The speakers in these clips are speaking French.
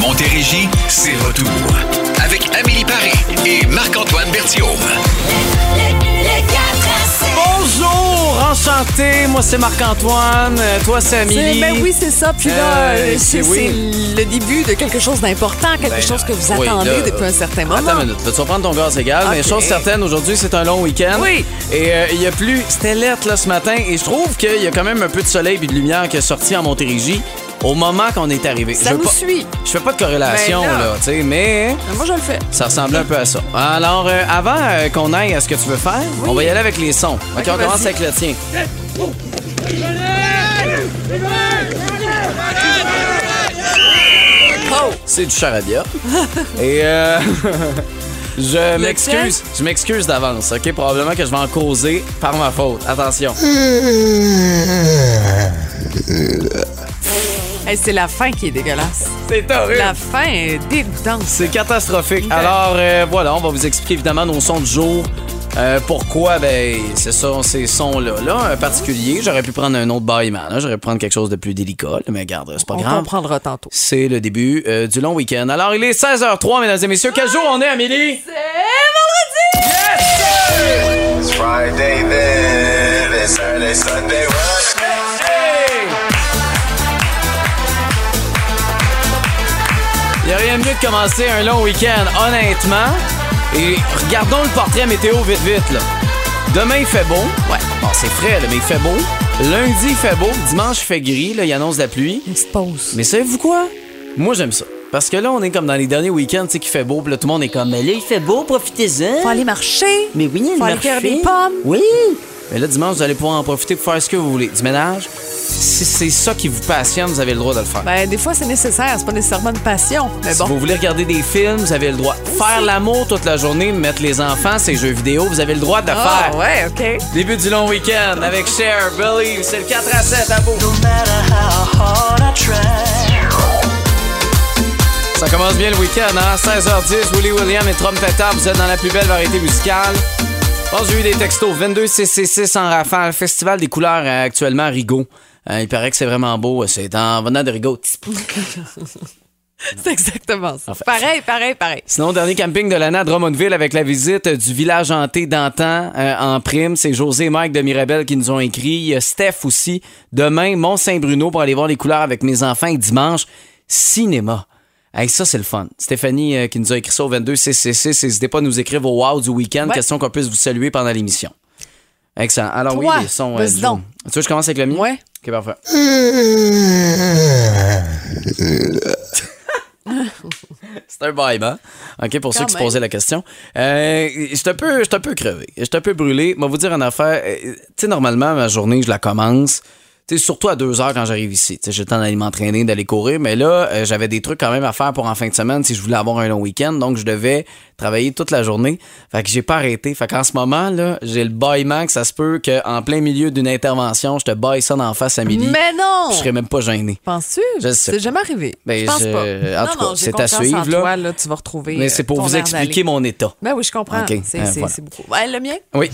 Montérégie, c'est retour. Avec Amélie Paris et Marc-Antoine Berthiaume. Bonjour, enchanté. Moi, c'est Marc-Antoine. Toi, c'est Amélie. Ben oui, c'est ça. Puis là, c'est le début de quelque chose d'important, quelque chose que vous attendez là, depuis un certain moment. Attends une minute. Là, tu vas prendre ton gaz égal. Okay. Mais chose certaine, aujourd'hui, c'est un long week-end. Oui. Et il y a plus... C'était lettre là, ce matin. Et je trouve qu'il y a quand même un peu de soleil et de lumière qui est sorti en Montérégie au moment qu'on est arrivé. Ça nous suit. Je fais pas de corrélation, Ben là, tu sais, mais... Moi, je le fais. Ça ressemble un peu à ça. Alors, avant qu'on aille à ce que tu veux faire, on va y aller avec les sons. OK, on commence avec le tien. Oh! C'est du charabia. Et je m'excuse d'avance, OK? Probablement que je vais en causer par ma faute. Attention. Hey, c'est la fin qui est dégueulasse. C'est horrible. La fin est dégoûtante. C'est catastrophique. Okay. Alors, voilà, on va vous expliquer évidemment nos sons du jour. Pourquoi? Ben, c'est ça, ces sons-là. Là, un particulier, j'aurais pu prendre un autre bâillement. J'aurais pu prendre quelque chose de plus délicat. Là, mais regarde, c'est pas grave. On comprendra tantôt. C'est le début du long week-end. Alors, il est 16h03, mesdames et messieurs. Quel jour on est, Amélie? C'est vendredi! Yes, sir! It's Friday then, it's Saturday, Sunday, Il n'y a rien de mieux de commencer un long week-end, honnêtement. Et regardons le portrait météo vite, là. Demain, il fait beau. Ouais. Bon, c'est frais, là, mais il fait beau. Lundi, il fait beau. Dimanche, il fait gris. Là, il annonce la pluie. Une petite pause. Mais savez-vous quoi? Moi, j'aime ça. Parce que là, on est comme dans les derniers week-ends, tu sais, qu'il fait beau. Puis là, tout le monde est comme, mais là, il fait beau, profitez-en. Faut aller marcher. Mais oui, Faut aller cueillir des pommes. Oui. Mais là, dimanche, vous allez pouvoir en profiter pour faire ce que vous voulez. Du ménage. Si c'est ça qui vous passionne, vous avez le droit de le faire. Ben, des fois, c'est nécessaire. C'est pas nécessairement une passion. Mais Si bon. vous voulez regarder des films, vous avez le droit. Faire l'amour toute la journée, mettre les enfants, ces jeux vidéo, vous avez le droit de le faire. Ouais, OK. Début du long week-end avec Cher, Believe, c'est le 4-7 à Beau. Ça commence bien le week-end, hein? 16h10, Willie William et Trompetta, vous êtes dans la plus belle variété musicale. Bon, j'ai eu des textos, 22666 en rafale, Festival des couleurs actuellement à Rigaud. Il paraît que c'est vraiment beau, c'est en venant de Rigaud. C'est exactement ça. En fait. Pareil. Sinon, dernier camping de l'année à Drummondville avec la visite du village hanté d'antan en prime. C'est José et Mike de Mirabel qui nous ont écrit. Il y a Steph aussi. Demain, Mont-Saint-Bruno pour aller voir les couleurs avec mes enfants. Et dimanche, cinéma. Hey, ça, c'est le fun. Stéphanie qui nous a écrit ça au 22666. N'hésitez pas à nous écrire vos wow du week-end. Ouais. Question qu'on puisse vous saluer pendant l'émission. Excellent. Alors Toi, oui, les sons. vas-y donc. Tu veux que je commence avec le mien? Ouais. OK, parfait. C'est un vibe, hein? OK, pour ceux qui se posaient la question. Je suis un peu crevé. Je suis un peu brûlé. Mais vous dire une affaire. Tu sais, normalement, ma journée, je la commence. Tu sais, surtout à 2h quand j'arrive ici. Tu sais, j'ai le temps d'aller m'entraîner, d'aller courir. Mais là, j'avais des trucs quand même à faire pour en fin de semaine si je voulais avoir un long week-end. Donc, je devais travailler toute la journée. Fait que j'ai pas arrêté. Fait qu'en ce moment, là, j'ai le bâillement que ça se peut qu'en plein milieu d'une intervention, je te baille ça d'en face à midi. Mais non! Je serais même pas gêné. Penses-tu? Je sais C'est jamais arrivé. Ben, je pense pas. en tout cas, j'ai c'est à confiance suivre, en là. toi, là. Tu vas retrouver. Mais c'est pour ton vous air expliquer d'aller. mon état. Ben oui, je comprends. OK. C'est Voilà. beaucoup. Ouais, le mien? Oui.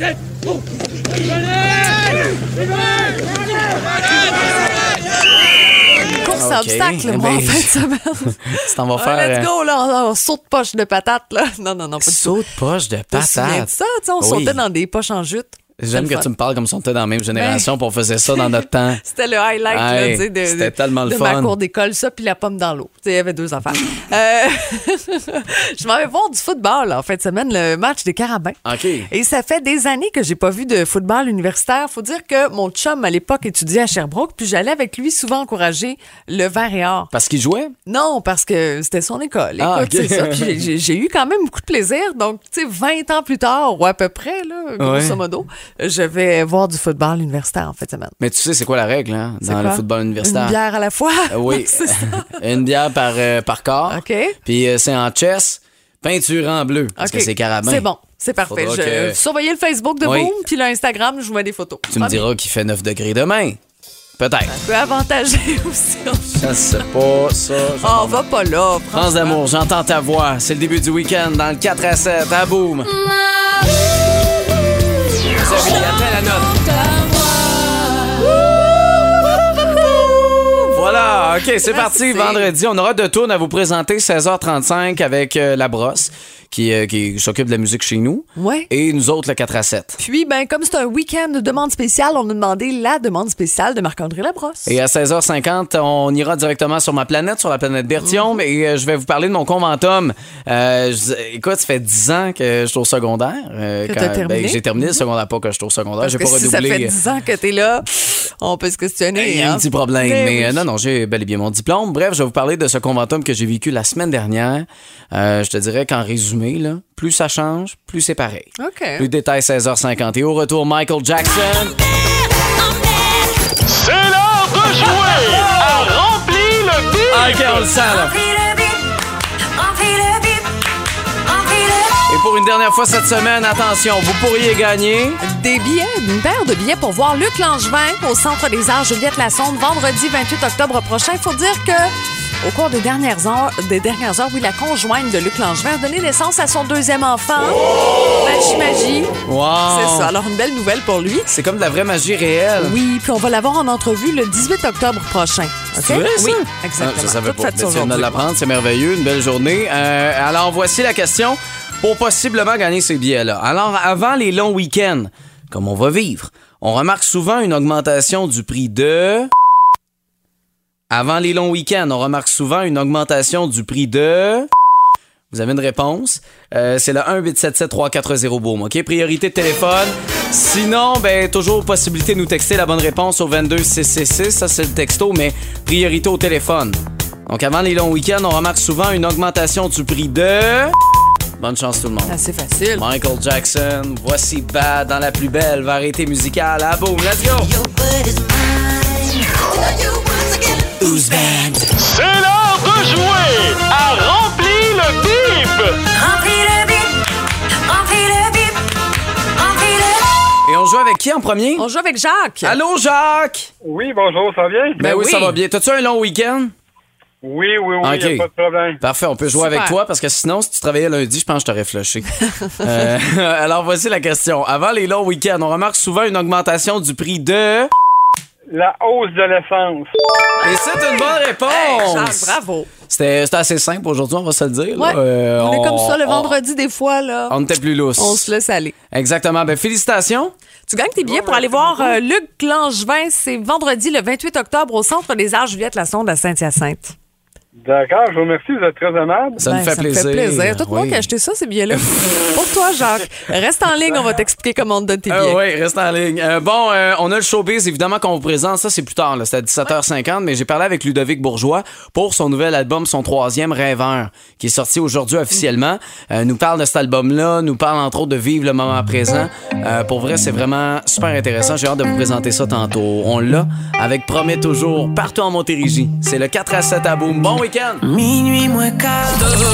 Course à OK. obstacles, moi, Ben, en fin de semaine. Si t'en vas faire. Let's go, là. On saute poche de patates, là. Non, pas du tout. Saute poche de Tu te souviens de patate. ça? Tu sais, on Oui. sautait dans des poches en jute. J'aime que tu me parles comme si on était dans la même génération, puis on faisait ça dans notre temps. C'était le highlight là, Hey, tu sais, c'était tellement le de fun. ma cour d'école, ça, puis la pomme dans l'eau. Tu sais, il y avait deux affaires. Je m'en vais voir du football là, en fin de semaine, le match des Carabins. OK. Et ça fait des années que j'ai pas vu de football universitaire. Faut dire que mon chum, à l'époque, étudiait à Sherbrooke, puis j'allais avec lui souvent encourager le Vert et Or. Parce qu'il jouait? Non, parce que c'était son école. Ah, Écoute, OK. c'est ça. Puis j'ai eu quand même beaucoup de plaisir. Donc, tu sais, 20 ans plus tard, ou à peu près, là, grosso modo, je vais voir du football universitaire en fin de semaine. Mais tu sais, c'est quoi la règle, hein, dans le football universitaire? Une bière à la fois? Oui. C'est ça. Une bière par corps. OK. Puis c'est en chess, peinture en bleu. Parce OK. que c'est Carabin. C'est bon. C'est parfait. Faudra Je que- surveillez le Facebook de Oui. Boom, puis le Instagram, je vous mets des photos. Tu me diras qu'il fait 9 degrés demain. Peut-être. Ça peut avantager aussi. Ça, c'est pas ça. Oh, on va pas là. France d'amour, j'entends ta voix. C'est le début du week-end dans le 4 à 7 à Boom. Vas-y, Amélie, atteins la note. Voilà. Voilà, OK, c'est parti. Merci. Vendredi, on aura 2 tours à vous présenter, 16h35 avec La Brosse, qui s'occupe de la musique chez nous. Ouais. Et nous autres, le 4-7. Puis, comme c'est un week-end de demande spéciale, on a demandé la demande spéciale de Marc-André Labrosse. Et à 16h50, on ira directement sur ma planète, sur la planète Berthiaume, et je vais vous parler de mon conventum. Écoute, ça fait 10 ans que je suis au secondaire. Que t'as terminé? J'ai terminé le secondaire, pas que je suis au secondaire. J'ai pas Parce que si redoublé. ça fait 10 ans que t'es là, on peut se questionner. Il y a un petit problème, Ben mais oui. non, j'ai bel et bien mon diplôme. Bref, je vais vous parler de ce conventum que j'ai vécu la semaine dernière. Je te dirais qu'en résumé, là, plus ça change, plus c'est pareil. OK. Plus de détails, 16h50. Et au retour, Michael Jackson. C'est l'heure de jouer à Remplis le bip! OK, on le sent, là. Et pour une dernière fois cette semaine, attention, vous pourriez gagner... Des billets, une paire de billets pour voir Luc Langevin au Centre des Arts Juliette Lassonde vendredi 28 octobre prochain. Il faut dire que au cours des dernières heures, oui, la conjointe de Luc Langevin a donné naissance à son 2e enfant. Magie. Wow! C'est ça. Alors, une belle nouvelle pour lui. C'est comme de la vraie magie réelle. Oui, puis on va l'avoir en entrevue le 18 octobre prochain. OK? C'est vrai, ça? Oui, exactement. Ça savait Toute pas. faite Mais tu viens de aujourd'hui. l'apprendre, c'est merveilleux, une belle journée. Alors, voici la question pour possiblement gagner ces billets-là. Alors, avant les longs week-ends, comme on va vivre, on remarque souvent une augmentation du prix de... Avant les longs week-ends, on remarque souvent une augmentation du prix de... Vous avez une réponse. C'est le 1-877-340-BOOM. OK? Priorité de téléphone. Sinon, toujours possibilité de nous texter la bonne réponse au 22666. Ça, c'est le texto, mais priorité au téléphone. Donc, avant les longs week-ends, on remarque souvent une augmentation du prix de... Bonne chance tout le monde. C'est facile. Michael Jackson, voici Bad dans la plus belle variété musicale. À boum, let's go! Who's bad? C'est l'heure de jouer à Remplis le bip! Et on joue avec qui en premier? On joue avec Jacques. Allô, Jacques? Oui, bonjour, ça va bien? Ben oui, oui. ça va bien. T'as-tu un long week-end? Oui, OK. y a pas de problème. Parfait, on peut jouer Super. avec toi parce que sinon, si tu travaillais lundi, je pense que je t'aurais flushé. Alors, voici la question. Avant les longs week-ends, on remarque souvent une augmentation du prix de... La hausse de l'essence. Et c'est une bonne Hey, réponse! Jacques, bravo. C'était assez simple aujourd'hui, on va se le dire. Ouais. Là. On est comme ça le vendredi, des fois, là. On était plus lousse. On se laisse aller. Exactement. Ben, félicitations. Tu gagnes tes billets pour aller voir Luc Langevin. C'est vendredi, le 28 octobre, au Centre des Arts Juliette Lassonde à Saint-Hyacinthe. D'accord, je vous remercie, vous êtes très aimable. Ça nous fait plaisir. Ça me fait plaisir. Tout le monde qui a acheté ça, ces billets-là. Pour toi, Jacques. Reste en ligne, on va t'expliquer comment on te donne tes billets. Oui, reste en ligne. On a le showbiz, évidemment, qu'on vous présente. Ça, c'est plus tard. Là. C'est à 17h50, mais j'ai parlé avec Ludovic Bourgeois pour son nouvel album, son 3e, Rêveur, qui est sorti aujourd'hui officiellement. Nous parle de cet album-là, nous parle entre autres de vivre le moment présent. Pour vrai, c'est vraiment super intéressant. J'ai hâte de vous présenter ça tantôt. On l'a avec Promets toujours, partout en Montérégie. C'est le 4-7 à Boom. Bon week-end! Minuit moins quart.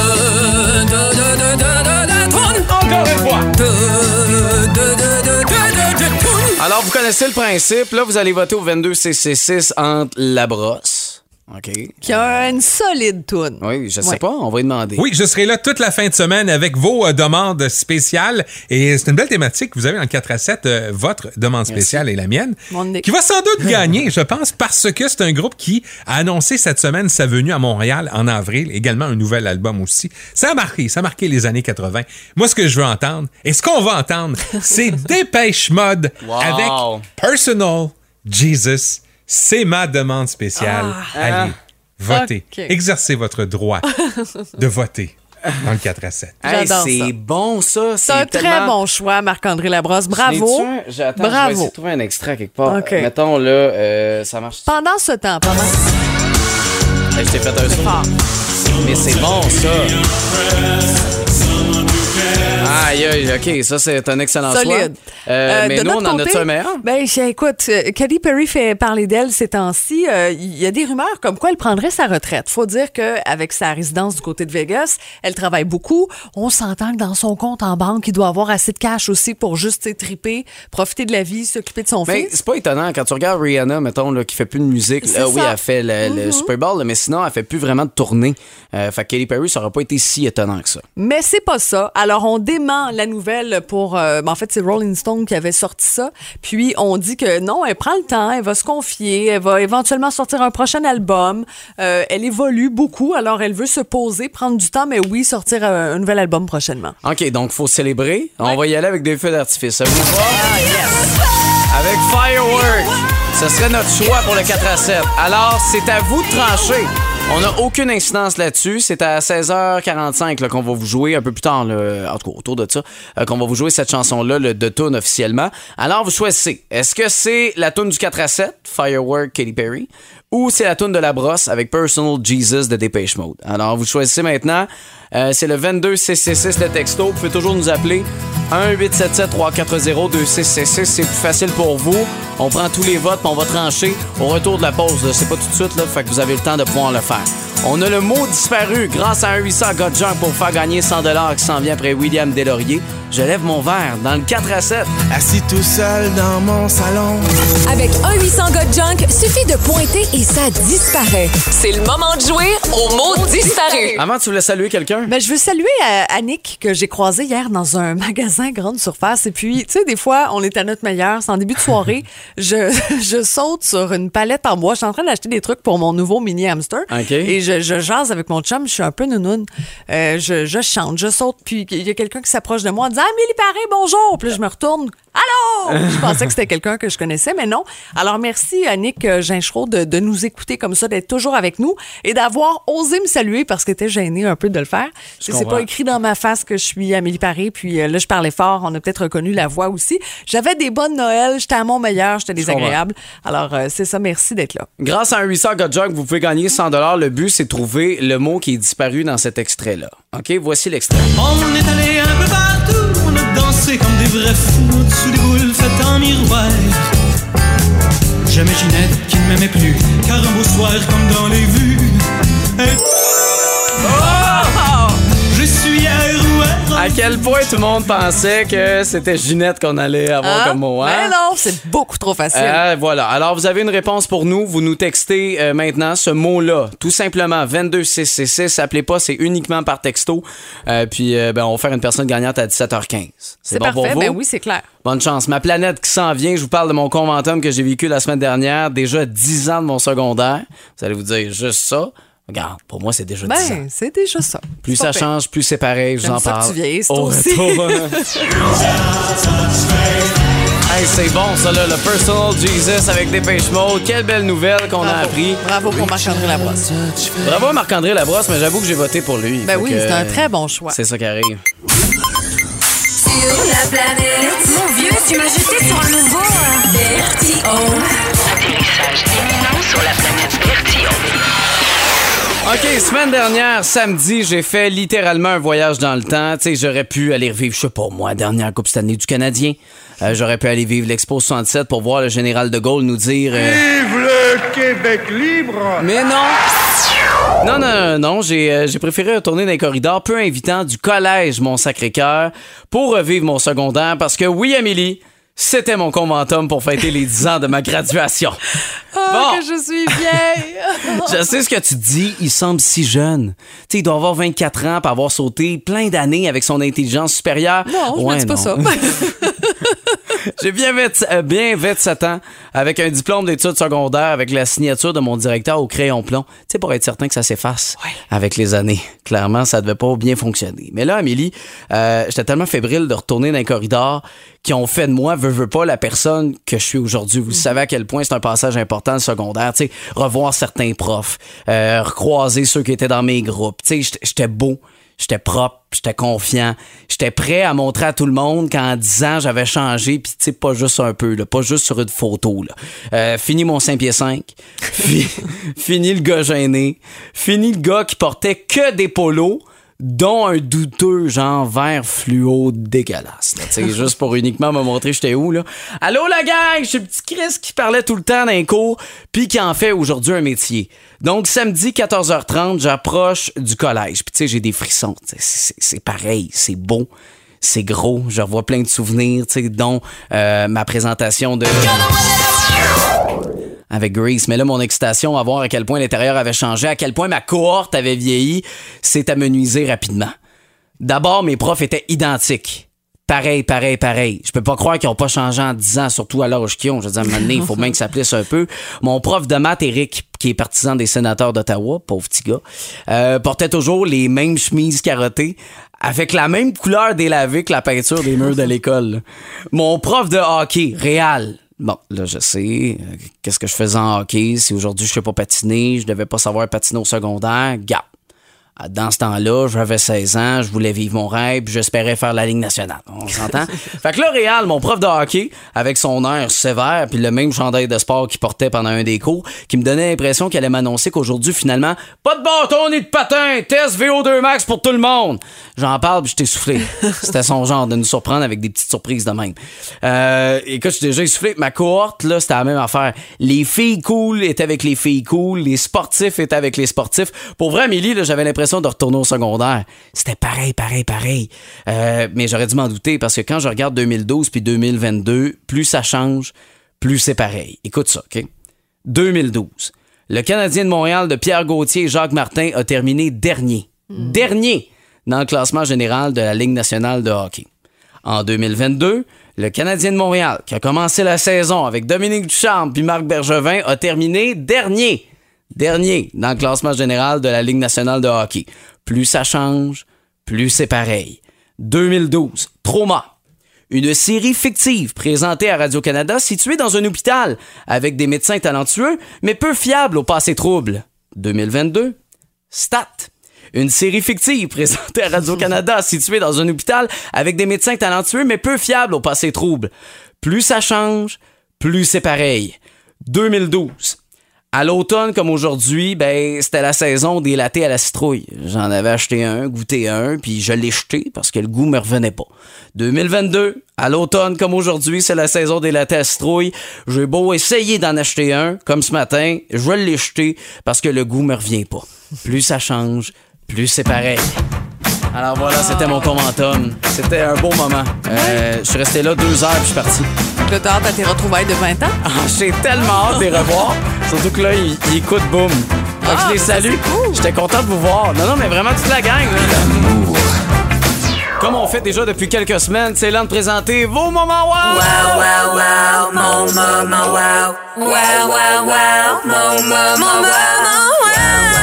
Encore une fois! Alors, vous connaissez le principe. Là, vous allez voter au 22CC6 entre La Brosse. OK. Qui a une solide toune. Oui, je sais Ouais. pas. On va y demander. Oui, je serai là toute la fin de semaine avec vos demandes spéciales. Et c'est une belle thématique. Vous avez en 4-7 votre demande spéciale et la mienne. Mon Nick. Qui va sans doute gagner, je pense, parce que c'est un groupe qui a annoncé cette semaine sa venue à Montréal en avril. Également un nouvel album aussi. Ça a marqué les années 80. Moi, ce que je veux entendre, et ce qu'on va entendre, c'est Dépêche Mode Wow. avec Personal Jesus. C'est ma demande spéciale. Allez, votez. OK. Exercez votre droit de voter dans le 4-7. Hey, J'adore c'est ça. bon, ça. C'est un très bon choix, Marc-André Labrosse. Bravo. Attends, je vais Bravo. essayer de trouver un extrait quelque part. OK. Mettons, là, ça marche. Pendant ce temps, Hey, je t'ai fait un saut. fort. Mais c'est bon, ça. Aïe, aïe, OK, ça, c'est un excellent choix. Solide. Mais De nous, on notre en côté, a-tu un meilleur? Écoute, Katy Perry fait parler d'elle ces temps-ci. Il y a des rumeurs comme quoi elle prendrait sa retraite. Faut dire qu'avec sa résidence du côté de Vegas, elle travaille beaucoup. On s'entend que dans son compte en banque, il doit avoir assez de cash aussi pour juste triper, profiter de la vie, s'occuper de son Mais fils. c'est pas étonnant quand tu regardes Rihanna, mettons, là, qui fait plus de musique. C'est Là, oui, ça. elle fait le Super Bowl, là, mais sinon, elle fait plus vraiment de tournée. Fait que Katy Perry, ça aurait pas été si étonnant que ça. Mais c'est pas ça. Alors, Alors, on dément la nouvelle pour... en fait, c'est Rolling Stone qui avait sorti ça. Puis, on dit que non, elle prend le temps, elle va se confier, elle va éventuellement sortir un prochain album. Elle évolue beaucoup, alors elle veut se poser, prendre du temps, mais oui, sortir un nouvel album prochainement. OK, donc faut célébrer. Ouais. On va y aller avec des feux d'artifice. Ça vous va? Ah, yes! Avec Firework. Ce serait notre choix pour le 4-7. Alors, c'est à vous de trancher. On n'a aucune incidence là-dessus. C'est à 16h45 là, qu'on va vous jouer, un peu plus tard, là, en tout cas autour de ça, qu'on va vous jouer cette chanson-là de tune officiellement. Alors, vous choisissez. Est-ce que c'est la tune du 4-7, Firework, Katy Perry, ou c'est la tune de La Brosse avec Personal Jesus de Depeche Mode? Alors, vous choisissez maintenant. C'est le 22666 le texto. Vous pouvez toujours nous appeler 1-877-340-2666. C'est plus facile pour vous. On prend tous les votes, puis on va trancher au retour de la pause. Là. C'est pas tout de suite, là, fait que vous avez le temps de pouvoir le faire. On a le mot disparu grâce à un 800 Got Junk pour faire gagner 100$ qui s'en vient après William Deslauriers. Je lève mon verre dans le 4-7. Assis tout seul dans mon salon. Avec un 800 Got Junk, suffit de pointer et ça disparaît. C'est le moment de jouer au mot disparu. Avant, tu voulais saluer quelqu'un? Ben, je veux saluer Annick que j'ai croisé hier dans un magasin grande surface. Et puis, tu sais, des fois, on est à notre meilleur. C'est en début de soirée. Je saute sur une palette en bois. Je suis en train d'acheter des trucs pour mon nouveau mini hamster. Okay. Et je jase avec mon chum. Je suis un peu nounoune. Je chante, je saute. Puis il y a quelqu'un qui s'approche de moi en disant « Amélie Paré, bonjour! » Puis là, je me retourne. « Allô! » Je pensais que c'était quelqu'un que je connaissais, mais non. Alors, merci, Annick Ginchereau, de nous écouter comme ça, d'être toujours avec nous et d'avoir osé me saluer parce que t'étais gênée un peu de le faire. C'est pas écrit dans ma face que je suis Amélie Paré. Puis là, je parlais fort. On a peut-être reconnu la voix aussi. J'avais des bonnes Noël. J'étais à mon meilleur. J'étais désagréable. Alors, c'est ça. Merci d'être là. Grâce à un 800 Got Junk, vous pouvez gagner 100$. Le but, c'est de trouver le mot qui est disparu dans cet extrait-là. OK? Voici l'extrait. On est allé un peu partout. On a dansé comme des vrais fous au-dessus des boules faites en miroir. Jamais Ginette qui ne m'aimait plus, car un beau soir comme dans les vues. Je suis à quel point tout le monde pensait que c'était Ginette qu'on allait avoir comme mot, hein? Mais non, c'est beaucoup trop facile. Voilà. Alors, vous avez une réponse pour nous. Vous nous textez maintenant ce mot-là. Tout simplement, 22666. Appelez pas, c'est uniquement par texto. Puis, on va faire une personne gagnante à 17h15. C'est bon parfait, pour vous? Ben oui, c'est clair. Bonne chance. Ma planète qui s'en vient, je vous parle de mon conventum que j'ai vécu la semaine dernière. Déjà 10 ans de mon secondaire. Vous allez vous dire juste ça. Regarde, pour moi, c'est déjà 10 ans. Ben, c'est déjà ça. Plus ça change, plus c'est pareil. Je vous en parle. Que tu vieillisses, toi aussi. Hey, c'est bon, ça, là, le Personal Jesus avec Depeche Mode. Quelle belle nouvelle qu'on a appris. Bravo pour Marc-André Labrosse. Bravo à Marc-André Labrosse, mais j'avoue que j'ai voté pour lui. Ben oui, c'est un très bon choix. C'est ça qui arrive. Sur la planète. Mon vieux, tu m'as jeté sur un nouveau Vertigo. Atterrissage imminent sur la planète Vertigo. OK, semaine dernière, samedi, j'ai fait littéralement un voyage dans le temps. Tu sais, j'aurais pu aller revivre, je sais pas moi, dernière Coupe Stanley du Canadien. J'aurais pu aller vivre l'Expo 67 pour voir le général de Gaulle nous dire... Vive le Québec libre! Mais non! Non, j'ai préféré retourner dans les corridors peu invitants du collège Mont-Sacré-Cœur pour revivre mon secondaire parce que oui, Amélie, c'était mon conventum pour fêter les 10 ans de ma graduation. Bon. Que je suis vieille! Je sais ce que tu dis, il semble si jeune. Tu sais, il doit avoir 24 ans pour avoir sauté plein d'années avec son intelligence supérieure. Non, je me dis pas ça. J'ai bien 27 ans avec un diplôme d'études secondaires avec la signature de mon directeur au crayon plomb. Tu sais, pour être certain que ça s'efface avec les années. Clairement, ça devait pas bien fonctionner. Mais là, Amélie, j'étais tellement fébrile de retourner dans les corridors qui ont fait de moi, veux pas, la personne que je suis aujourd'hui. Vous savez à quel point c'est un passage important le secondaire. Tu sais, revoir certains profs, recroiser ceux qui étaient dans mes groupes. Tu sais, j'étais beau. J'étais propre, j'étais confiant, j'étais prêt à montrer à tout le monde qu'en 10 ans, j'avais changé, puis tu sais, pas juste un peu, là, pas juste sur une photo. Là. Fini mon 5 pieds 5, fini le gars gêné, fini le gars qui portait que des polos, dont un douteux genre vert fluo dégueulasse. Tu sais, juste pour uniquement me montrer j'étais où, là. Allô, la gang! Je suis le petit Chris qui parlait tout le temps dans les cours, puis qui en fait aujourd'hui un métier. Donc, samedi, 14h30, j'approche du collège. Puis, tu sais, j'ai des frissons. C'est pareil, c'est beau, c'est gros. Je revois plein de souvenirs, tu sais, dont ma présentation de... avec Grease. Mais là, mon excitation à voir à quel point l'intérieur avait changé, à quel point ma cohorte avait vieilli, s'est amenuisée rapidement. D'abord, mes profs étaient identiques. Pareil. Je peux pas croire qu'ils ont pas changé en 10 ans, surtout à l'âge qu'ils ont. Je veux dire, à un moment donné, il faut bien que ça plisse un peu. Mon prof de maths, Éric, qui est partisan des sénateurs d'Ottawa, pauvre petit gars, portait toujours les mêmes chemises carottées avec la même couleur délavée que la peinture des murs de l'école. Mon prof de hockey, Réal. Bon, là, je sais, qu'est-ce que je faisais en hockey? Si aujourd'hui je sais pas patiner, je devais pas savoir patiner au secondaire, gars. Dans ce temps-là, j'avais 16 ans, je voulais vivre mon rêve, puis j'espérais faire la Ligue nationale. On s'entend? Fait que là, Réal, mon prof de hockey, avec son air sévère, puis le même chandail de sport qu'il portait pendant un des cours, qui me donnait l'impression qu'il allait m'annoncer qu'aujourd'hui, finalement, pas de bâton ni de patin, test VO2 max pour tout le monde. J'en parle, puis je t'ai soufflé. C'était son genre de nous surprendre avec des petites surprises de même. Écoute, je suis déjà essoufflé. Ma cohorte, là, c'était la même affaire. Les filles cool étaient avec les filles cool, les sportifs étaient avec les sportifs. Pour vrai, Amélie, là, j'avais l'impression de retourner au secondaire. C'était pareil. Mais j'aurais dû m'en douter parce que quand je regarde 2012 puis 2022, plus ça change, plus c'est pareil. Écoute ça, OK? 2012. Le Canadien de Montréal de Pierre Gauthier et Jacques Martin a terminé dernier. Dernier dans le classement général de la Ligue nationale de hockey. En 2022, le Canadien de Montréal, qui a commencé la saison avec Dominique Ducharme puis Marc Bergevin, a terminé dernier dans le classement général de la Ligue nationale de hockey. Plus ça change, plus c'est pareil. 2012, Trauma. Une série fictive présentée à Radio-Canada située dans un hôpital avec des médecins talentueux mais peu fiables au passé trouble. 2022, Stat. Une série fictive présentée à Radio-Canada située dans un hôpital avec des médecins talentueux mais peu fiables au passé trouble. Plus ça change, plus c'est pareil. 2012. À l'automne, comme aujourd'hui, c'était la saison des lattés à la citrouille. J'en avais acheté un, goûté un, puis je l'ai jeté parce que le goût me revenait pas. 2022, à l'automne, comme aujourd'hui, c'est la saison des lattés à la citrouille. J'ai beau essayer d'en acheter un, comme ce matin, je l'ai jeté parce que le goût me revient pas. Plus ça change, plus c'est pareil. Alors voilà, c'était mon commentum. C'était un beau moment. Je suis resté là 2 heures puis je suis parti. Là, t'as hâte à tes retrouvailles de 20 ans? J'ai tellement hâte de les revoir. Surtout que là, ils écoutent Boom. Donc, je les salue. Cool. J'étais content de vous voir. Non, mais vraiment toute la gang. L'amour. Comme on fait déjà depuis quelques semaines, c'est l'heure de présenter vos moments wow! Wow, wow, wow, mon moment wow. Wow, wow, wow, mon moment wow.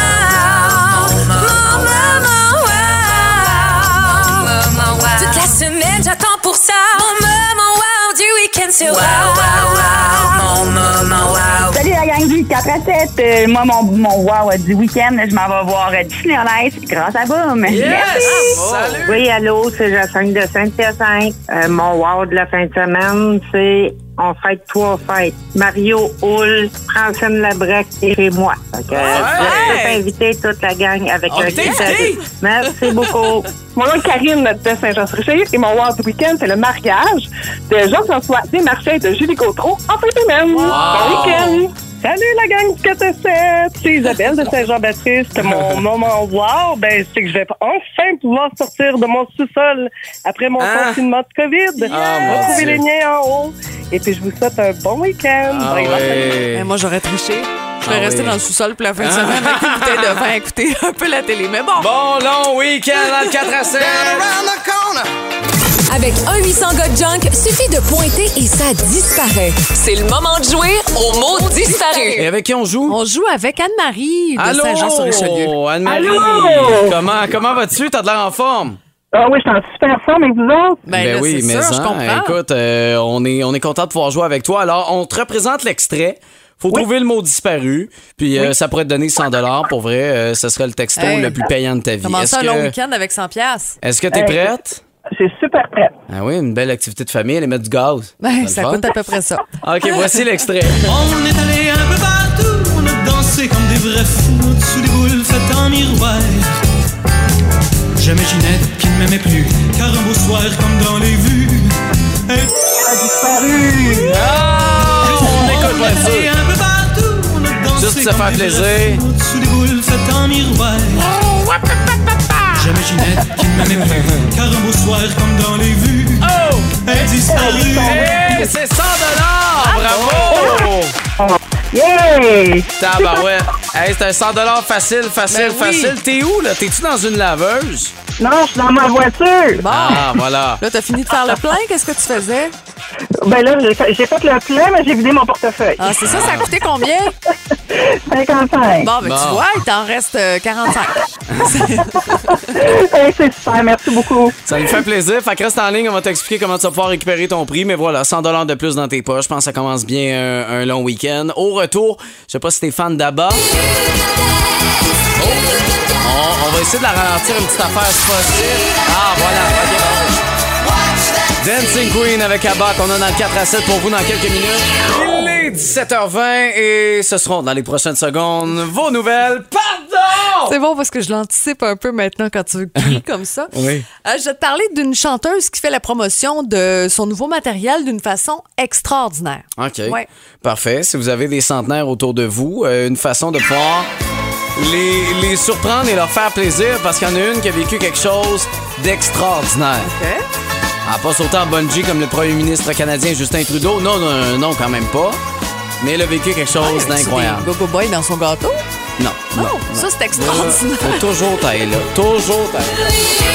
Toute la semaine, j'attends pour ça. Mon moment wow du week-end sur wow, wow, wow, mon moment wow. Salut la gang du 4 à 7. Moi, mon wow du week-end, je m'en vais voir Disney on Ice grâce à Boom. Yes! Merci! Salut! Oui, allô, c'est Jacinthe de Saint-Hyacinthe. Mon wow de la fin de semaine, c'est on fête 3 fêtes. Mario, Hull, Francine Labrec et chez moi. Donc, je vais inviter toute la gang avec un guitariste. Merci beaucoup. Mon nom est Karine de Saint-Jean-sur-Richelieu et mon wow du week-end, c'est le mariage de Jean-François Desmarchais et de Julie Gautreau en fin de semaine. Wow. Bon week-end! Salut la gang du 4 à 7! C'est Isabelle de Saint-Jean-Baptiste. Mon moment wow, c'est que je vais enfin pouvoir sortir de mon sous-sol après mon confinement de COVID. Retrouver les miens en haut. Et puis je vous souhaite un bon week-end. Moi, j'aurais triché. Je vais rester dans le sous-sol pour la fin de semaine avec une bouteille de vin, écouter un peu la télé. Mais bon. Bon long week-end dans le 4 à 7. Avec 1-800 gars junk, suffit de pointer et ça disparaît. C'est le moment de jouer au mot disparu. Et avec qui on joue? On joue avec Anne-Marie de Saint-Jean-sur-Richelieu. Anne-Marie, comment vas-tu? T'as de l'air en forme? Ah oui, je suis en super forme avec vous autres. Ben oui, mais sûr, je comprends. Écoute, on est content de pouvoir jouer avec toi. Alors, on te représente l'extrait. Faut trouver le mot disparu, puis ça pourrait te donner 100$. Pour vrai, ce serait le texto le plus payant de ta vie. Comment ça, un long week-end avec 100$? Est-ce que t'es prête? Je suis super prête. Ah oui, une belle activité de famille, aller mettre du gaz. Ça coûte à peu près ça. OK, voici l'extrait. On est allé un peu partout, on a dansé comme des vrais fous, au-dessus des boules faites en miroir. J'aimais Ginette qui ne m'aimait plus, car un beau soir comme dans les vues, elle a disparu. On écoute pas ça. Un peu partout, on a dansé juste se faire plaisir. Au-dessus des boules faites en miroir. J'aimais Ginette qui ne m'aimait plus, car un beau soir comme dans les vues, elle disparut. Hey, c'est 100$! Bravo! Yeah! Tabarouette. Hey, c'est un 100$ facile. Ben oui. T'es où, là? T'es-tu dans une laveuse? Non, je suis dans ma voiture. Bon. Ah, voilà. Là, t'as fini de faire le plein. Qu'est-ce que tu faisais? Ben là, j'ai fait le plein, mais j'ai vidé mon portefeuille. Ah, c'est ça a coûté combien? 55. Bon, ben tu vois, il t'en reste 45. C'est super, merci beaucoup. Ça nous fait plaisir. Fait que reste en ligne, on va t'expliquer comment tu vas pouvoir récupérer ton prix. Mais voilà, 100 $ de plus dans tes poches. Je pense que ça commence bien un long week-end. Au retour, je sais pas si t'es fan d'ABBA. On va essayer de la ralentir une petite affaire si possible. Ah, voilà. OK, bon. Dancing Queen avec ABBA qu'on a dans le 4-7 pour vous dans quelques minutes. Il est 17h20 et ce seront dans les prochaines secondes vos nouvelles. Pardon! C'est bon parce que je l'anticipe un peu maintenant quand tu cries comme ça. Oui. Je vais te parler d'une chanteuse qui fait la promotion de son nouveau matériel d'une façon extraordinaire. OK. Ouais. Parfait. Si vous avez des centenaires autour de vous, une façon de pouvoir les surprendre et leur faire plaisir parce qu'il y en a une qui a vécu quelque chose d'extraordinaire. OK. Elle n'a pas sauté en bungee comme le premier ministre canadien Justin Trudeau. Non, quand même pas. Mais elle a vécu quelque chose d'incroyable. Des Go-Go Boy dans son gâteau? Non. Ça, c'est extraordinaire. Faut toujours tailler là. Toujours tailler.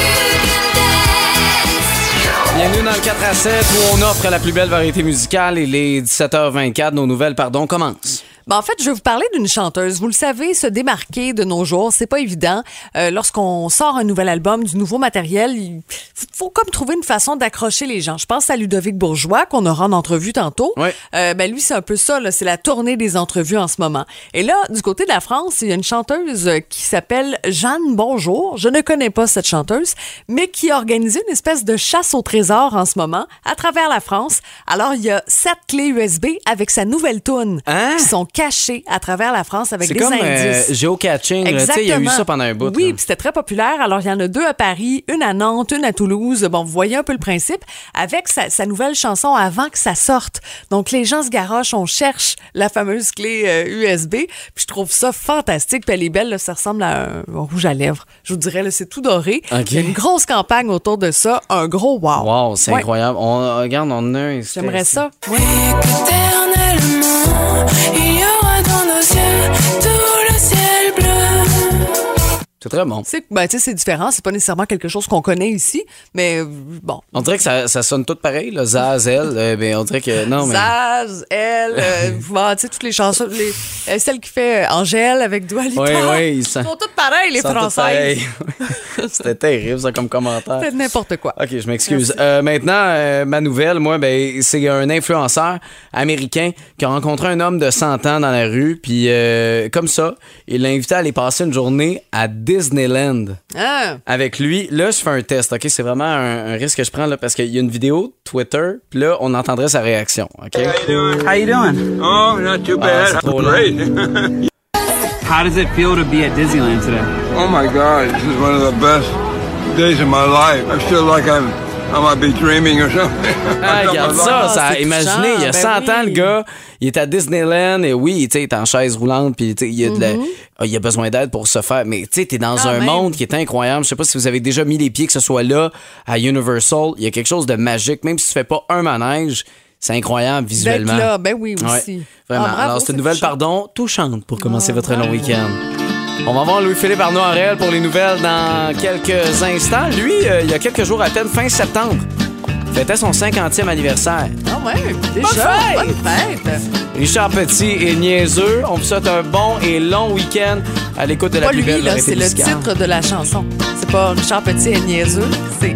Bienvenue dans le 4-7 où on offre la plus belle variété musicale. Il est 17h24. Nos nouvelles, commencent. Ben, en fait, je vais vous parler d'une chanteuse. Vous le savez, se démarquer de nos jours, c'est pas évident. Lorsqu'on sort un nouvel album, du nouveau matériel, il faut comme trouver une façon d'accrocher les gens. Je pense à Ludovic Bourgeois, qu'on aura en entrevue tantôt. Oui. Lui, c'est un peu ça, là, c'est la tournée des entrevues en ce moment. Et là, du côté de la France, il y a une chanteuse qui s'appelle Jeanne Bonjour. Je ne connais pas cette chanteuse, mais qui a organisé une espèce de chasse au trésor en ce moment à travers la France. Alors, il y a 7 clés USB avec sa nouvelle toune qui sont cachés à travers la France avec des indices. C'est comme géocaching. Il y a eu ça pendant un bout. Oui, puis c'était très populaire. Alors, il y en a 2 à Paris, une à Nantes, une à Toulouse. Bon, vous voyez un peu le principe. Avec sa nouvelle chanson avant que ça sorte. Donc, les gens se garochent, on cherche la fameuse clé USB. Puis je trouve ça fantastique. Puis elle est belle, là, ça ressemble à un rouge à lèvres. Je vous dirais, là, c'est tout doré. Okay. Il y a une grosse campagne autour de ça. Un gros wow. Wow, c'est incroyable. Regarde, on a un... J'aimerais ça. Oui, éternellement, il y aura dans nos yeux tout le ciel bleu. C'est très bon. C'est différent. C'est pas nécessairement quelque chose qu'on connaît ici, mais bon. On dirait que ça sonne tout pareil, là. Zaz, elle. Ben, on dirait que... Non, mais... Zaz, elle, tu sais, toutes les chansons. Celle qui fait Angèle avec Dua Lipa. Oui, ils sont toutes pareilles, les Françaises. C'était terrible, ça, comme commentaire. C'était n'importe quoi. OK, je m'excuse. Maintenant, ma nouvelle, moi, c'est un influenceur américain qui a rencontré un homme de 100 ans dans la rue, puis comme ça, il l'a invité à aller passer une journée à Disneyland avec lui. Là, je fais un test, OK? C'est vraiment un risque que je prends, là, parce qu'il y a une vidéo Twitter, puis là, on entendrait sa réaction, OK? How you doing? Oh, not too bad. Great. How does it feel to be at Disneyland today? Oh my God, this is one of the best days of my life. I feel like I might be dreaming or something. Regarde ça, imaginez, il y a 100 ans, le gars, il est à Disneyland et oui, tu sais, il est en chaise roulante puis il a besoin d'aide pour se faire, mais tu sais, t'es dans un monde qui est incroyable. Je sais pas si vous avez déjà mis les pieds, que ce soit là, à Universal, il y a quelque chose de magique, même si tu fais pas un manège, c'est incroyable visuellement. D'être là, ben oui, aussi. Ouais, vraiment. Bravo, alors, c'est une nouvelle, touchante pour commencer votre long week-end. On va voir Louis-Philippe Arnaud en réel pour les nouvelles dans quelques instants. Lui, il y a quelques jours à peine, fin septembre, fêtait son 50e anniversaire. Ah ouais, déjà, bonne fête! Richard Petit et Niaiseux, on vous souhaite un bon et long week-end à l'écoute de la plus belle variété musicale. C'est le titre de la chanson. C'est pas Richard Petit et Niaiseux, c'est...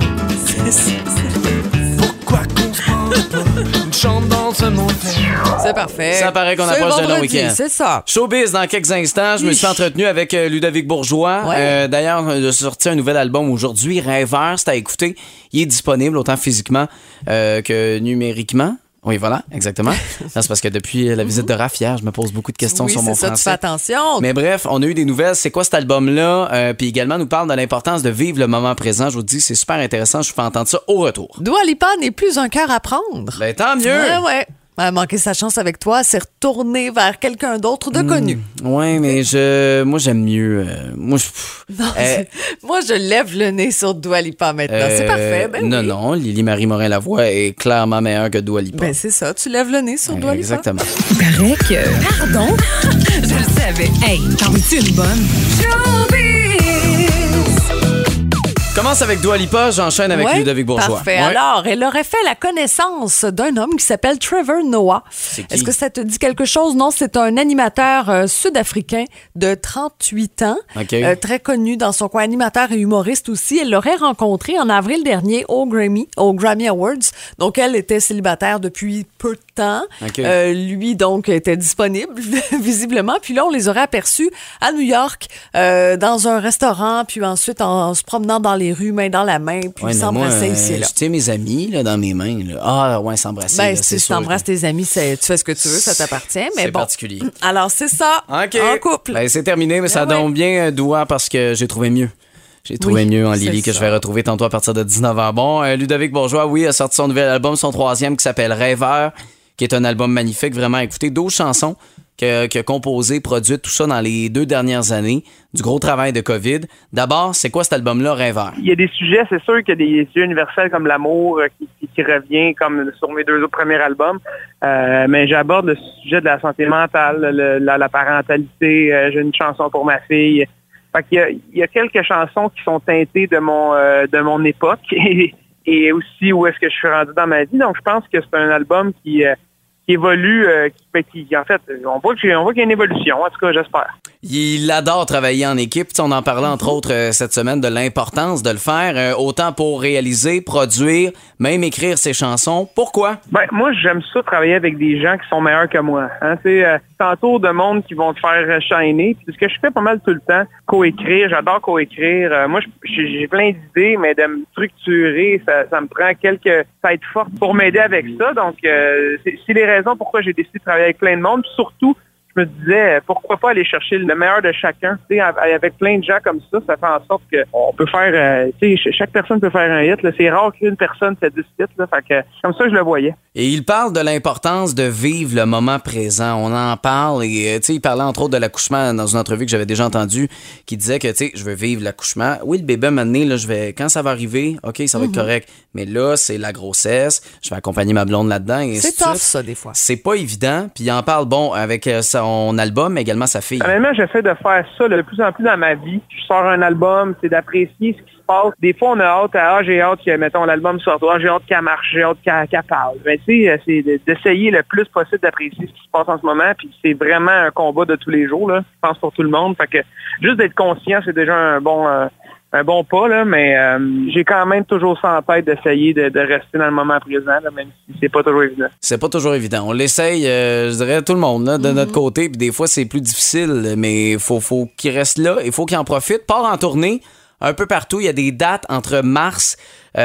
Pourquoi qu'on se pense pas une chambre dans ce monde? C'est parfait. Ça paraît qu'on approche d'un long week-end. C'est ça. Showbiz dans quelques instants. Je me suis entretenu avec Ludovic Bourgeois. Ouais. D'ailleurs, il a sorti un nouvel album aujourd'hui, Rêveur. C'est à écouter. Il est disponible autant physiquement que numériquement. Oui, voilà, exactement. C'est parce que depuis la visite de Raph hier, je me pose beaucoup de questions sur mon français. Tu fais attention. Mais bref, on a eu des nouvelles. C'est quoi cet album-là? Puis également, nous parle de l'importance de vivre le moment présent. Je vous dis, c'est super intéressant. Je vous fais entendre ça au retour. Dua Lipa n'est plus un cœur à prendre. Ben, tant mieux. Ouais. Elle a manqué sa chance avec toi, s'est retournée vers quelqu'un d'autre de connu. Oui, mais moi, j'aime mieux. Moi, je lève le nez sur Dua Lipa maintenant. C'est parfait. Ben non, oui. non, Lily-Marie Morin-Lavoie est clairement meilleure que Dua Lipa. Ben, c'est ça. Tu lèves le nez sur Dua Lipa. Exactement. Il paraît que... Pardon? Je le savais. Hey, t'en veux-tu une bonne? Showbiz! commence avec Dua Lipa, j'enchaîne avec Ouais, Ludovic Bourgeois. Parfait. Ouais. Alors, elle aurait fait la connaissance d'un homme qui s'appelle Trevor Noah. Est-ce que ça te dit quelque chose? Non, c'est un animateur sud-africain de 38 ans, OK. très connu dans son coin, animateur et humoriste aussi. Elle l'aurait rencontré en avril dernier au Grammy Awards. Donc, elle était célibataire depuis peu de temps. OK. Lui, donc, était disponible, visiblement. Puis là, on les aurait aperçus à New York, dans un restaurant, puis ensuite en se promenant dans les rues, main dans la main, puis ils s'embrassaient ici et là. Je tiens mes amis là, dans mes mains. Là. Ah, ouais, s'embrasser. Ben, là, si c'est tu sûr. t'embrasses tes amis, tu fais ce que tu veux, ça t'appartient. Mais C'est bon. particulier. Alors, c'est ça. OK. En couple. Ben, c'est terminé, mais ça donne bien Doua parce que j'ai trouvé mieux. J'ai trouvé mieux en Lily que je vais retrouver tantôt à partir de 19h. Bon, Ludovic Bourgeois, oui, a sorti son nouvel album, son 3e, qui s'appelle Rêveur, qui est un album magnifique, vraiment écouté. 12 chansons qu'il a composées, produites, tout ça dans les 2 dernières années. Du gros travail de COVID. D'abord, c'est quoi cet album-là, Rêveur? Il y a des sujets, c'est sûr qu'il y a des sujets universels comme l'amour qui revient comme sur mes 2 autres premiers albums. Mais j'aborde le sujet de la santé mentale, la parentalité. J'ai une chanson pour ma fille. Fait qu'il y a quelques chansons qui sont teintées de mon époque et aussi où est-ce que je suis rendu dans ma vie. Donc, je pense que c'est un album qui évolue, qui en fait, on voit qu'il y a une évolution, en tout cas, j'espère. Il adore travailler en équipe. T'sais, on en parlait entre autres cette semaine de l'importance de le faire, autant pour réaliser, produire, même écrire ses chansons. Pourquoi? Ben, moi, j'aime ça travailler avec des gens qui sont meilleurs que moi. Hein? C'est tantôt de monde qui vont te faire shiner. Puis ce que je fais pas mal tout le temps, coécrire. J'adore coécrire. Moi, j'ai plein d'idées, mais de me structurer, ça me prend quelques têtes fortes pour m'aider avec ça. Donc, c'est les raisons pourquoi j'ai décidé de travailler avec plein de monde. Puis surtout, je me disais, pourquoi pas aller chercher le meilleur de chacun. Tu sais, avec plein de gens comme ça fait en sorte qu'on peut faire, tu sais, chaque personne peut faire un hit. Là. C'est rare qu'une personne fait 10 hits. Là, fait que, comme ça, je le voyais. Et il parle de l'importance de vivre le moment présent. On en parle et, tu sais, il parlait entre autres de l'accouchement dans une entrevue que j'avais déjà entendue qui disait que, tu sais, je veux vivre l'accouchement. Oui, le bébé, maintenant, là, quand ça va arriver, OK, ça va être correct. Mais là, c'est la grossesse. Je vais accompagner ma blonde là-dedans. Et c'est tough, ça, des fois. C'est pas évident. Puis il en parle, bon, avec son album, mais également sa fille. Honnêtement, j'essaie de faire ça de plus en plus dans ma vie. Je sors un album, c'est d'apprécier ce qui se passe. Des fois, on a hâte j'ai hâte que, mettons, l'album sorte. J'ai hâte qu'elle marche, j'ai hâte qu'elle parle. Mais tu sais, c'est d'essayer le plus possible d'apprécier ce qui se passe en ce moment. Puis c'est vraiment un combat de tous les jours, là. Je pense pour tout le monde. Fait que juste d'être conscient, c'est déjà un bon pas, là, mais j'ai quand même toujours ça en tête d'essayer de rester dans le moment présent, là, même si c'est pas toujours évident. C'est pas toujours évident. On l'essaye, je dirais, tout le monde, là, de notre côté, puis des fois, c'est plus difficile, mais il faut qu'il reste là, il faut qu'il en profite. Part en tournée, un peu partout, il y a des dates entre mars,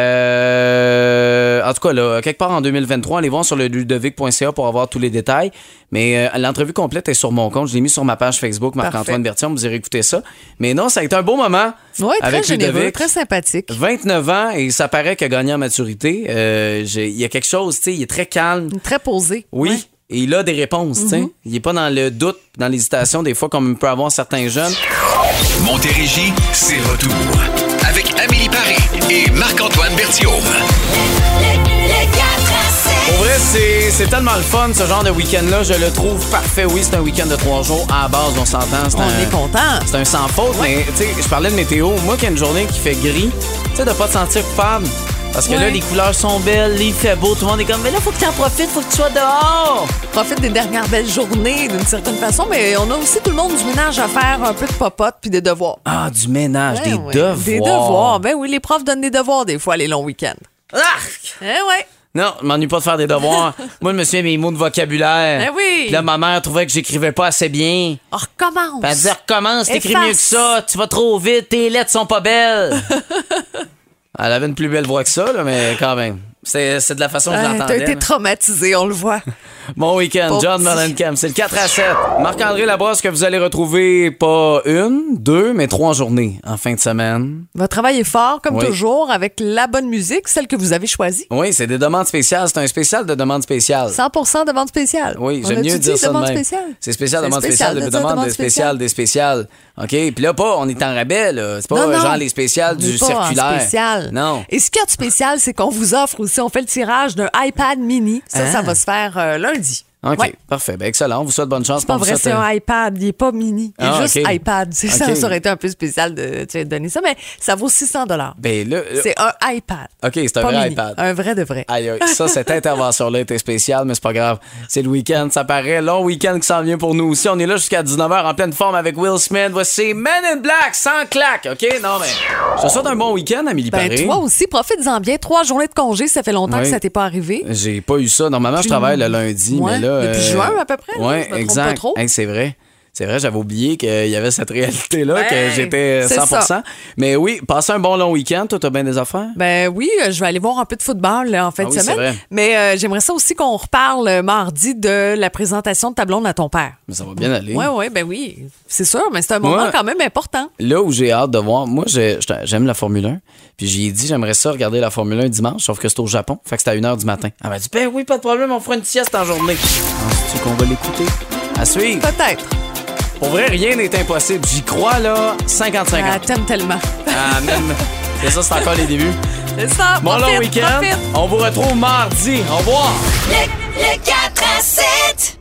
en tout cas, là, quelque part en 2023, allez voir sur le ludovic.ca pour avoir tous les détails. Mais l'entrevue complète est sur mon compte. Je l'ai mis sur ma page Facebook, Marc-Antoine Berthiaume. Vous irez écouter ça. Mais non, ça a été un beau moment. Oui, avec très généreux, Ludovic. très sympathique. 29 ans et ça paraît qu'il a gagné en maturité. Il y a quelque chose, tu sais, il est très calme. Très posé. Oui. Ouais. Et il a des réponses, tu sais. Il est pas dans le doute, dans l'hésitation, des fois, comme peut avoir certains jeunes. Montérégie, c'est retour. Avec Amélie Paris et Marc-Antoine Berthiaume. Pour vrai, c'est tellement le fun, ce genre de week-end-là. Je le trouve parfait. Oui, c'est un week-end de 3 jours. À la base, on s'entend. On est content. C'est un sans faute, mais tu sais, je parlais de météo. Moi, qui a une journée qui fait gris, tu sais, de pas te sentir coupable. Parce que là, les couleurs sont belles, il fait beau, tout le monde est comme, mais là, faut que tu en profites, faut que tu sois dehors. Profite des dernières belles journées d'une certaine façon, mais on a aussi tout le monde du ménage à faire, un peu de popote puis des devoirs. Ah, du ménage, des devoirs. Des devoirs. Ben oui, les profs donnent des devoirs des fois, les longs week-ends. Arc! Ouais. Non, je m'ennuie pas de faire des devoirs. Moi, je me souviens mes mots de vocabulaire. Ben oui. Puis là, ma mère trouvait que j'écrivais pas assez bien. On recommence. Elle disait, recommence, t'écris mieux que ça, tu vas trop vite, tes lettres sont pas belles. Elle avait une plus belle voix que ça, là, mais quand même. C'est de la façon que je l'entendais. T'as été traumatisé, on le voit. Bon week-end, John Mellencamp. C'est le 4-7. Marc-André Labrosse que vous allez retrouver pas 1, 2, mais 3 journées en fin de semaine. Votre travail est fort, comme toujours, avec la bonne musique, celle que vous avez choisie. Oui, c'est des demandes spéciales. C'est un spécial de demandes spéciales. 100% demande spéciale. Oui, j'aime mieux dire ça de même. Spéciale? C'est spécial, demande spéciale, des demandes spéciales, des spéciales. OK? Puis là, on est en rabais, là. C'est pas genre les spéciales du circulaire. Spécial. Non. Et ce qu'il y a de spécial, c'est qu'on vous offre aussi, on fait le tirage d'un iPad mini. Ça va se faire lundi. OK, Ouais. parfait. Ben, excellent. On vous souhaite bonne chance. C'est pas vrai, c'est un iPad. Il n'est pas mini. Il est Ah, juste OK. iPad. C'est ça, OK. ça aurait été un peu spécial de donner ça, mais ça vaut 600 $. Ben, là, C'est un iPad. OK, c'est un Pas vrai mini. iPad. Un vrai de vrai. Aïe, aïe, ça, cette intervention-là était spéciale, mais c'est pas grave. C'est le week-end, ça paraît. Long week-end qui s'en vient pour nous aussi. On est là jusqu'à 19h en pleine forme avec Will Smith. Voici Men in Black, sans claque, OK? Non, mais je te souhaite un bon week-end, Amélie Ben, Paré. toi aussi, profites-en bien. 3 journées de congé, ça fait longtemps Oui. que ça t'est pas arrivé. J'ai pas eu ça. Normalement, je travaille le lundi, Ouais, mais là... depuis juin, à peu près, là, Oui, je me trompe exact. pas trop. Hey, c'est vrai. C'est vrai, j'avais oublié qu'il y avait cette réalité-là, Ouais, que j'étais c'est 100%. ça. Mais oui, passez un bon long week-end. Toi, t'as bien des affaires? Ben oui, je vais aller voir un peu de football là, en fin Ah de oui, c'est semaine. vrai. Mais j'aimerais ça aussi qu'on reparle mardi de la présentation de ta blonde à ton père. Mais ça va bien aller. Oui, ben oui, c'est sûr, mais c'est un moment Moi- quand même important. Là où j'ai hâte de voir, moi, j'aime la Formule 1. Puis j'ai dit, j'aimerais ça regarder la Formule 1 dimanche, sauf que c'est au Japon. Fait que c'est à 1h du matin. Elle m'a dit, ben oui, pas de problème, on fera une sieste en journée. Penses-tu qu'on va l'écouter? À suivre. Peut-être. Pour vrai, rien n'est impossible. J'y crois, là, 50-50. Ah, t'aimes tellement. Ah, même. Et ça, c'est encore les débuts. C'est ça. Bon long profite, week-end. profite. On vous retrouve mardi. Au revoir. Le 4 à 7.